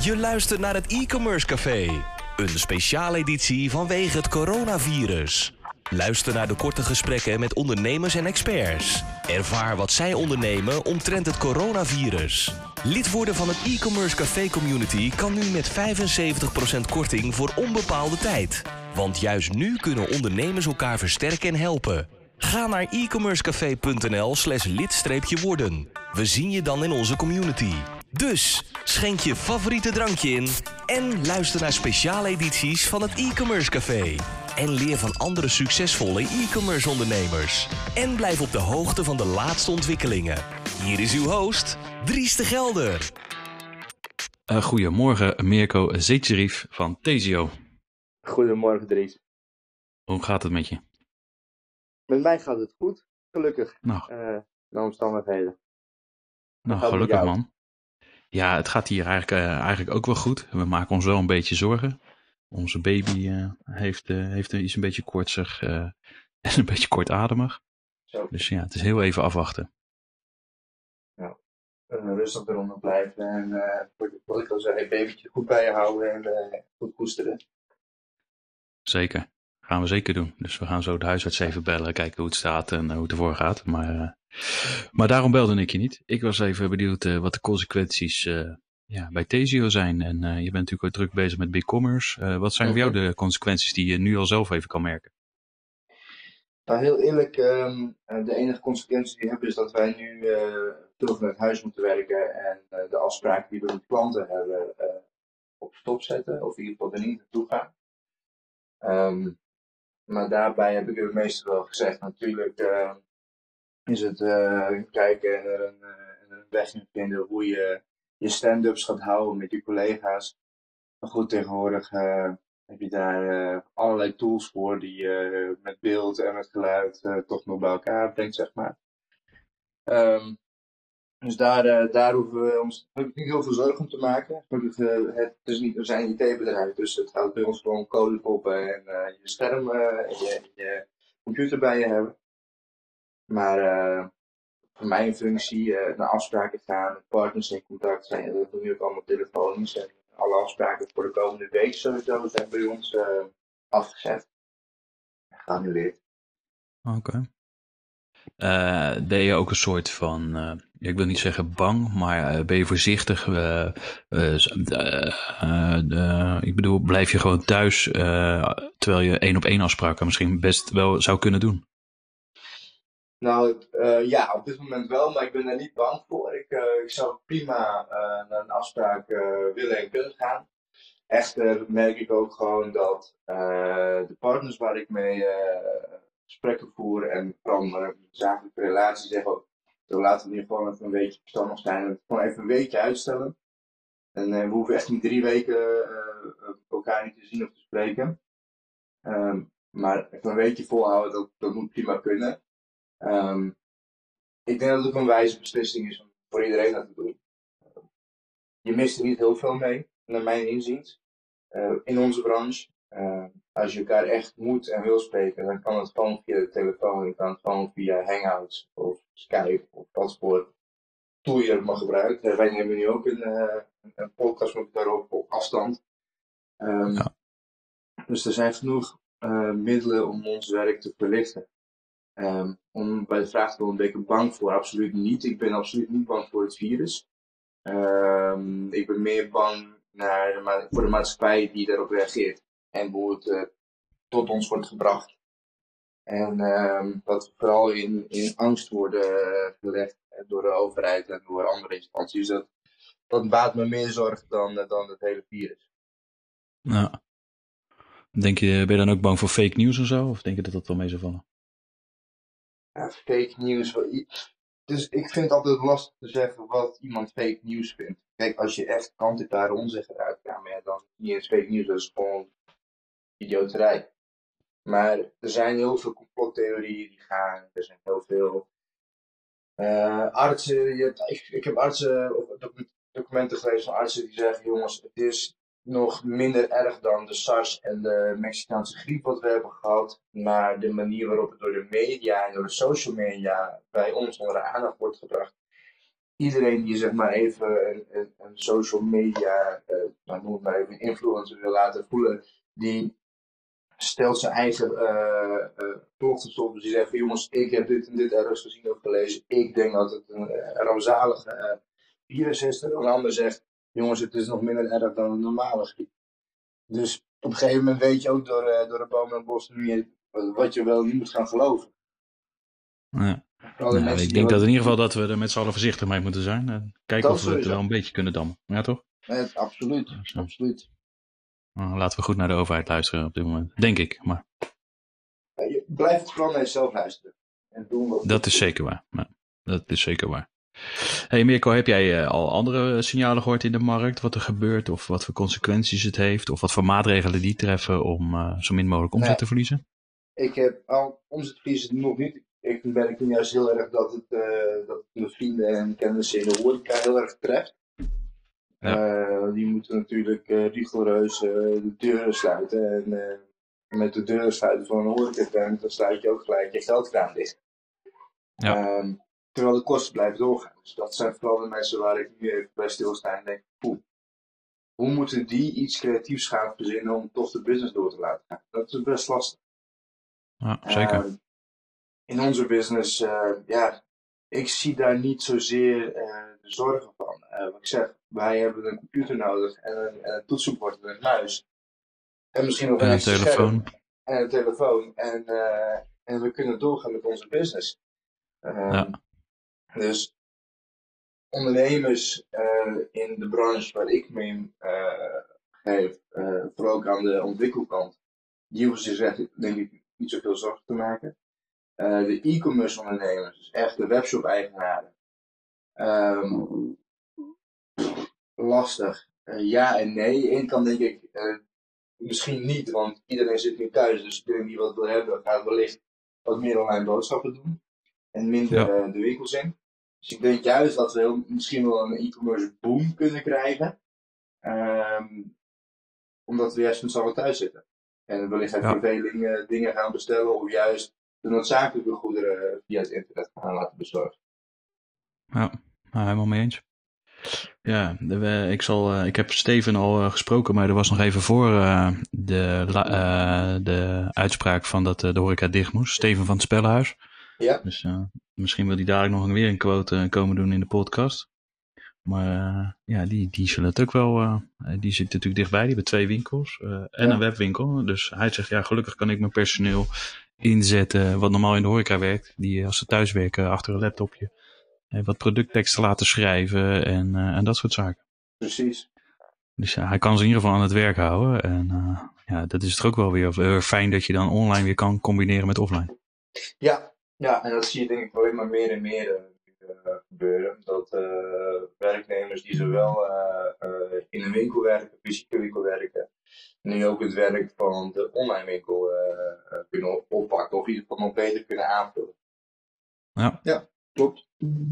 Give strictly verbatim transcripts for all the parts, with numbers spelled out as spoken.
Je luistert naar het e-commerce café. Een speciale editie vanwege het coronavirus. Luister naar de korte gesprekken met ondernemers en experts. Ervaar wat zij ondernemen omtrent het coronavirus. Lid worden van het e-commerce café community kan nu met vijfenzeventig procent korting voor onbepaalde tijd. Want juist nu kunnen ondernemers elkaar versterken en helpen. Ga naar e-commercecafé.nl slash lid-worden. We zien je dan in onze community. Dus schenk je favoriete drankje in en luister naar speciale edities van het e-commerce café. En leer van andere succesvolle e-commerce ondernemers. En blijf op de hoogte van de laatste ontwikkelingen. Hier is uw host, Dries de Gelder. Uh, goedemorgen, Mirko Zetjerief van Thesio. Goedemorgen, Dries. Hoe gaat het met je? Met mij gaat het goed, gelukkig. Nou, uh, de omstandigheden. Nou, gelukkig man. Ja, het gaat hier eigenlijk, uh, eigenlijk ook wel goed. We maken ons wel een beetje zorgen. Onze baby uh, heeft, uh, heeft, is een beetje koortsig uh, en een beetje kortademig. Zo. Dus ja, het is heel even afwachten. Nou, uh, rustig eronder blijven en uh, wat ik al zei, het babytje goed bij je houden en uh, goed koesteren. Zeker, gaan we zeker doen. Dus we gaan zo de huisarts even bellen, kijken hoe het staat en uh, hoe het ervoor gaat. Maar, uh, maar daarom belde ik je niet. Ik was even benieuwd uh, wat de consequenties uh, ja, bij Thesio zijn. En uh, je bent natuurlijk ook druk bezig met BigCommerce. Uh, wat zijn Okay. voor jou de consequenties die je nu al zelf even kan merken? Nou, heel eerlijk, um, de enige consequentie die we hebben is dat wij nu uh, veel vanuit huis moeten werken en uh, de afspraken die we met klanten hebben uh, op stop zetten, of in ieder geval er niet naartoe gaan. Um, maar daarbij heb ik het meestal wel gezegd, natuurlijk uh, is het uh, kijken en er een, uh, een weg in vinden hoe je je stand-ups gaat houden met je collega's. Maar goed, tegenwoordig uh, heb je daar uh, allerlei tools voor die je uh, met beeld en met geluid uh, toch nog bij elkaar brengt, zeg maar. Um, dus daar, uh, daar hoeven we ons niet heel veel zorgen om te maken. Het, uh, het is niet, we zijn een I T-bedrijf, dus het houdt bij ons gewoon code poppen en uh, je scherm uh, en je, je computer bij je hebben. Maar uh, voor mijn functie, uh, naar afspraken gaan, met partners in contact zijn, dat doen we nu ook allemaal telefonisch. En alle afspraken voor de komende week sowieso zijn bij ons uh, afgezet. Geannuleerd. Oké. Okay. Uh, deed je ook een soort van, uh, ik wil niet zeggen bang, maar uh, ben je voorzichtig? Uh, uh, uh, uh, uh, ik bedoel, blijf je gewoon thuis uh, terwijl je één op één afspraken misschien best wel zou kunnen doen? Nou, uh, ja, op dit moment wel, maar ik ben daar niet bang voor. Ik, uh, ik zou prima uh, naar een afspraak uh, willen en kunnen gaan. Echter merk ik ook gewoon dat uh, de partners waar ik mee uh, gesprekken voer en vooral mijn zakelijke relatie zeggen, zo laten we nu gewoon even een weekje verstandig zijn en gewoon even een weekje uitstellen. En uh, we hoeven echt niet drie weken uh, elkaar niet te zien of te spreken. Um, maar even een weekje volhouden, dat, dat moet prima kunnen. Um, ik denk dat het ook een wijze beslissing is om voor iedereen dat te doen. Je mist er niet heel veel mee, naar mijn inziens, uh, in onze branche. Uh, als je elkaar echt moet en wil spreken, dan kan het gewoon via de telefoon, dan kan het gewoon via Hangouts of Skype of wat voor tool je ook maar gebruikt. Uh, wij nemen nu ook een, uh, een podcast met elkaar op, op afstand. Um, ja. Dus er zijn genoeg uh, middelen om ons werk te verlichten. Um, om bij de vraag te ben ik er bang voor? Absoluut niet. Ik ben absoluut niet bang voor het virus. Um, ik ben meer bang naar de ma- voor de maatschappij die daarop reageert. En hoe het uh, tot ons wordt gebracht. En um, dat we vooral in, in angst worden uh, gelegd door de overheid en door andere instanties. Dat, dat baat me meer zorgen dan, uh, dan het hele virus. Ja. Denk je, ben je dan ook bang voor fake news en zo? Of denk je dat dat wel mee zou vallen? Ja, fake news. Dus ik vind het altijd lastig te zeggen wat iemand fake news vindt. Kijk, als je echt kant-en-klare onzin gaat uitgaan, ja, dan niet eens fake news, dat is gewoon idioterij. Maar er zijn heel veel complottheorieën die gaan, er zijn heel veel uh, artsen, je, ik, ik heb artsen, of documenten gelezen van artsen die zeggen, jongens, het is nog minder erg dan de SARS en de Mexicaanse griep wat we hebben gehad. Maar de manier waarop het door de media en door de social media bij ons onder de aandacht wordt gebracht. Iedereen die zeg maar even een, een, een social media uh, maar noem het maar even, influencer wil laten voelen, die stelt zijn eigen uh, uh, beloftes op. Dus die zegt van jongens, ik heb dit en dit ergens gezien of gelezen. Ik denk dat het een uh, rampzalige uh, virus is. En een ander zegt, jongens, het is nog minder erg dan een normale griep. Dus op een gegeven moment weet je ook door, uh, door de boom en het bos wat je wel niet moet gaan geloven. Ja. Nou, ik denk dat in ieder geval dat we er met z'n allen voorzichtig mee moeten zijn. En kijken dat of we het wel een beetje kunnen dammen. Ja, toch? Ja, absoluut. Ja, absoluut. Nou, laten we goed naar de overheid luisteren op dit moment. Denk ik. Maar... Ja, je blijft vooral naar jezelf luisteren. En doen wat dat is zeker waar. Ja, dat is zeker waar. Hey Mirko, heb jij uh, al andere signalen gehoord in de markt? Wat er gebeurt of wat voor consequenties het heeft? Of wat voor maatregelen die treffen om uh, zo min mogelijk omzet nee, te verliezen? Ik heb al omzetverliezen nog niet. Ik merk nu juist heel erg dat het, uh, dat het mijn vrienden en kennissen in de horeca heel erg treft. Ja. Uh, die moeten natuurlijk uh, rigoureus uh, de deuren sluiten. En uh, met de deuren sluiten van een horecatent, dan sluit je ook gelijk je geldkraan dicht. Ja. Um, terwijl de kosten blijven doorgaan. Dus dat zijn vooral de mensen waar ik nu even bij stilsta en denk, poeh, hoe moeten die iets creatiefs gaan verzinnen om toch de business door te laten gaan? Dat is best lastig. Ja, zeker. Uh, in onze business, uh, ja, ik zie daar niet zozeer uh, de zorgen van. Uh, wat ik zeg, wij hebben een computer nodig en een, en een toetsenbord en een muis. En misschien nog en een, een telefoon. En een telefoon. En, uh, en we kunnen doorgaan met onze business. Um, ja. Dus ondernemers uh, in de branche waar ik mee in uh, geef, uh, vooral ook aan de ontwikkelkant, die hoeven zich denk ik niet zoveel zorgen te maken. Uh, de e-commerce ondernemers, dus echt de webshop eigenaren. Um, lastig. Uh, ja en nee. Eén kant denk ik uh, misschien niet, want iedereen zit nu thuis, dus iedereen die wat wil hebben gaat wellicht wat meer online boodschappen doen. En minder ja. uh, de winkels in. Dus ik denk juist dat we heel, misschien wel een e-commerce boom kunnen krijgen. Um, omdat we juist met z'n allen thuis zitten. En wellicht even ja. veel uh, dingen gaan bestellen of juist de noodzakelijke goederen via het internet gaan laten bezorgen. Ja, nou, helemaal mee eens. Ja, de, ik, zal, uh, ik heb Steven al uh, gesproken, maar er was nog even voor uh, de, uh, de uitspraak van dat uh, de horeca dicht moest. Steven van het Spellenhuis. Ja. Dus uh, misschien wil hij dadelijk nog weer een quote uh, komen doen in de podcast. Maar uh, ja, die, die zullen het ook wel, uh, die zit natuurlijk dichtbij, die hebben twee winkels uh, en ja. een webwinkel. Dus hij zegt, ja, gelukkig kan ik mijn personeel inzetten wat normaal in de horeca werkt. Die als ze thuis werken achter een laptopje uh, wat productteksten laten schrijven en, uh, en dat soort zaken. Precies. Dus ja, hij kan ze in ieder geval aan het werk houden. En uh, ja, dat is toch ook wel weer uh, fijn dat je dan online weer kan combineren met offline. Ja, ja, en dat zie je denk ik alleen maar meer en meer uh, gebeuren. Dat uh, werknemers die zowel uh, uh, in een winkel werken, fysieke winkel werken, nu ook het werk van de online winkel uh, uh, kunnen oppakken of in ieder geval nog beter kunnen aanvullen. Ja, ja klopt.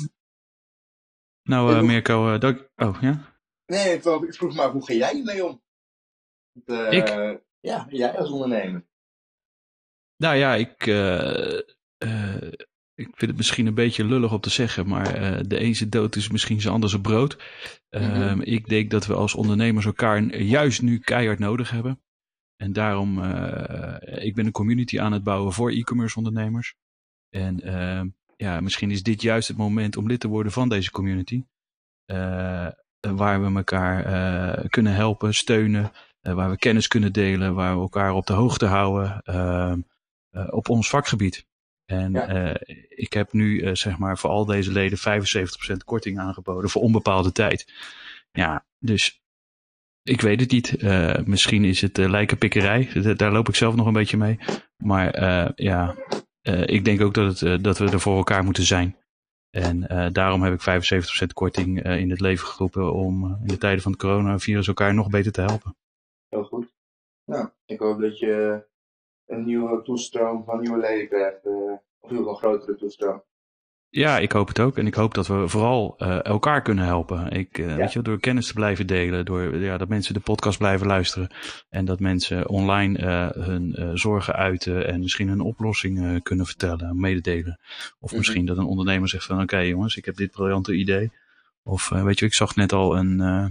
Nou, uh, Mirko, uh, dat... oh ja? Nee, ik vroeg maar, hoe ga jij hiermee om? Uh, ik? Ja, jij als ondernemer. Nou ja, ik, uh, uh, ik vind het misschien een beetje lullig om te zeggen, maar uh, de een zijn dood is misschien zijn ander zijn brood. Uh, mm-hmm. Ik denk dat we als ondernemers elkaar juist nu keihard nodig hebben. En daarom, uh, ik ben een community aan het bouwen voor e-commerce ondernemers. En uh, ja, misschien is dit juist het moment om lid te worden van deze community. Uh, waar we elkaar uh, kunnen helpen, steunen, uh, waar we kennis kunnen delen, waar we elkaar op de hoogte houden uh, uh, op ons vakgebied. En ja. uh, ik heb nu uh, zeg maar voor al deze leden vijfenzeventig procent korting aangeboden voor onbepaalde tijd. Ja, dus ik weet het niet. Uh, misschien is het uh, lijkenpikkerij. Daar loop ik zelf nog een beetje mee. Maar uh, ja, uh, ik denk ook dat, het, uh, dat we er voor elkaar moeten zijn. En uh, daarom heb ik vijfenzeventig procent korting uh, in het leven geroepen om uh, in de tijden van het coronavirus elkaar nog beter te helpen. Heel goed. Nou, ik hoop dat je een nieuwe toestroom van nieuwe leden krijgt. Uh, of een grotere toestroom. Ja, ik hoop het ook. En ik hoop dat we vooral uh, elkaar kunnen helpen. Ik, uh, ja. weet je, door kennis te blijven delen. Door ja, dat mensen de podcast blijven luisteren. En dat mensen online uh, hun uh, zorgen uiten. En misschien hun oplossing uh, kunnen vertellen, mededelen. Of mm-hmm. misschien dat een ondernemer zegt van oké okay, jongens, ik heb dit briljante idee. Of uh, weet je, ik zag net al een, uh,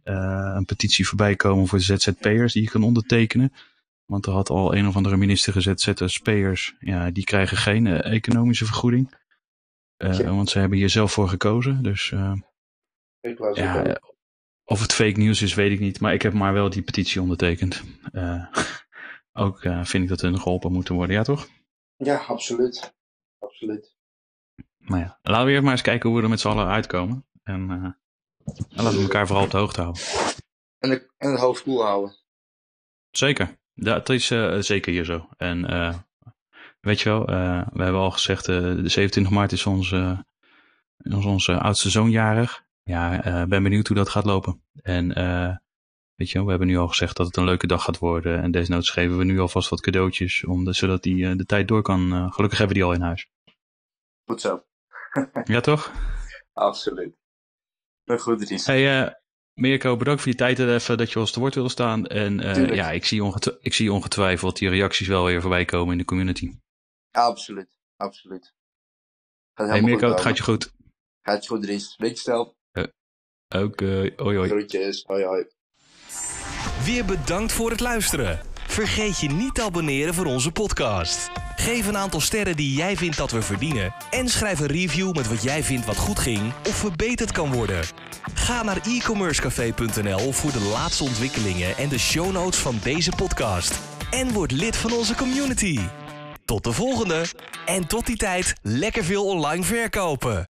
uh, een petitie voorbij komen voor Z Z P'ers die je kan ondertekenen. Want er had al een of andere minister gezet, Z Z P'ers, ja, die krijgen geen uh, economische vergoeding. Uh, ja. Want ze hebben hier zelf voor gekozen. Dus uh, ik was ja, uh, of het fake nieuws is, weet ik niet. Maar ik heb maar wel die petitie ondertekend. Uh, ook uh, vind ik dat hun geholpen moeten worden, ja toch? Ja, absoluut. Absoluut. Maar ja, laten we eerst maar eens kijken hoe we er met z'n allen uitkomen. En, uh, en laten we elkaar vooral op de hoogte houden. En, de, en het hoofd koel houden. Zeker. Dat is uh, zeker hier zo. En uh, weet je wel, uh, we hebben al gezegd, uh, de zevenentwintig maart is onze, uh, onze oudste zoon jarig. Ja, uh, ben benieuwd hoe dat gaat lopen. En uh, weet je wel, we hebben nu al gezegd dat het een leuke dag gaat worden. En desnoods geven we nu alvast wat cadeautjes, om de, zodat hij uh, de tijd door kan. Uh, gelukkig hebben we die al in huis. Goed zo. Ja, toch? Absoluut. Maar goed, Dries. Hey, uh, Mirko, bedankt voor je tijd en even dat je ons te woord wilde staan. En uh, ja, ik zie, ongetw- ik zie ongetwijfeld die reacties wel weer voorbij komen in de community. Absoluut, absoluut. Gaat hey Mirko, het gaat je goed. Gaat je goed, Dries. Beetje stel. Uh, Oké, okay. Hoi hoi. Groetjes, hoi hoi. Weer bedankt voor het luisteren. Vergeet je niet te abonneren voor onze podcast. Geef een aantal sterren die jij vindt dat we verdienen. En schrijf een review met wat jij vindt wat goed ging of verbeterd kan worden. Ga naar e commerce café punt n l voor de laatste ontwikkelingen en de show notes van deze podcast. En word lid van onze community. Tot de volgende. En tot die tijd lekker veel online verkopen.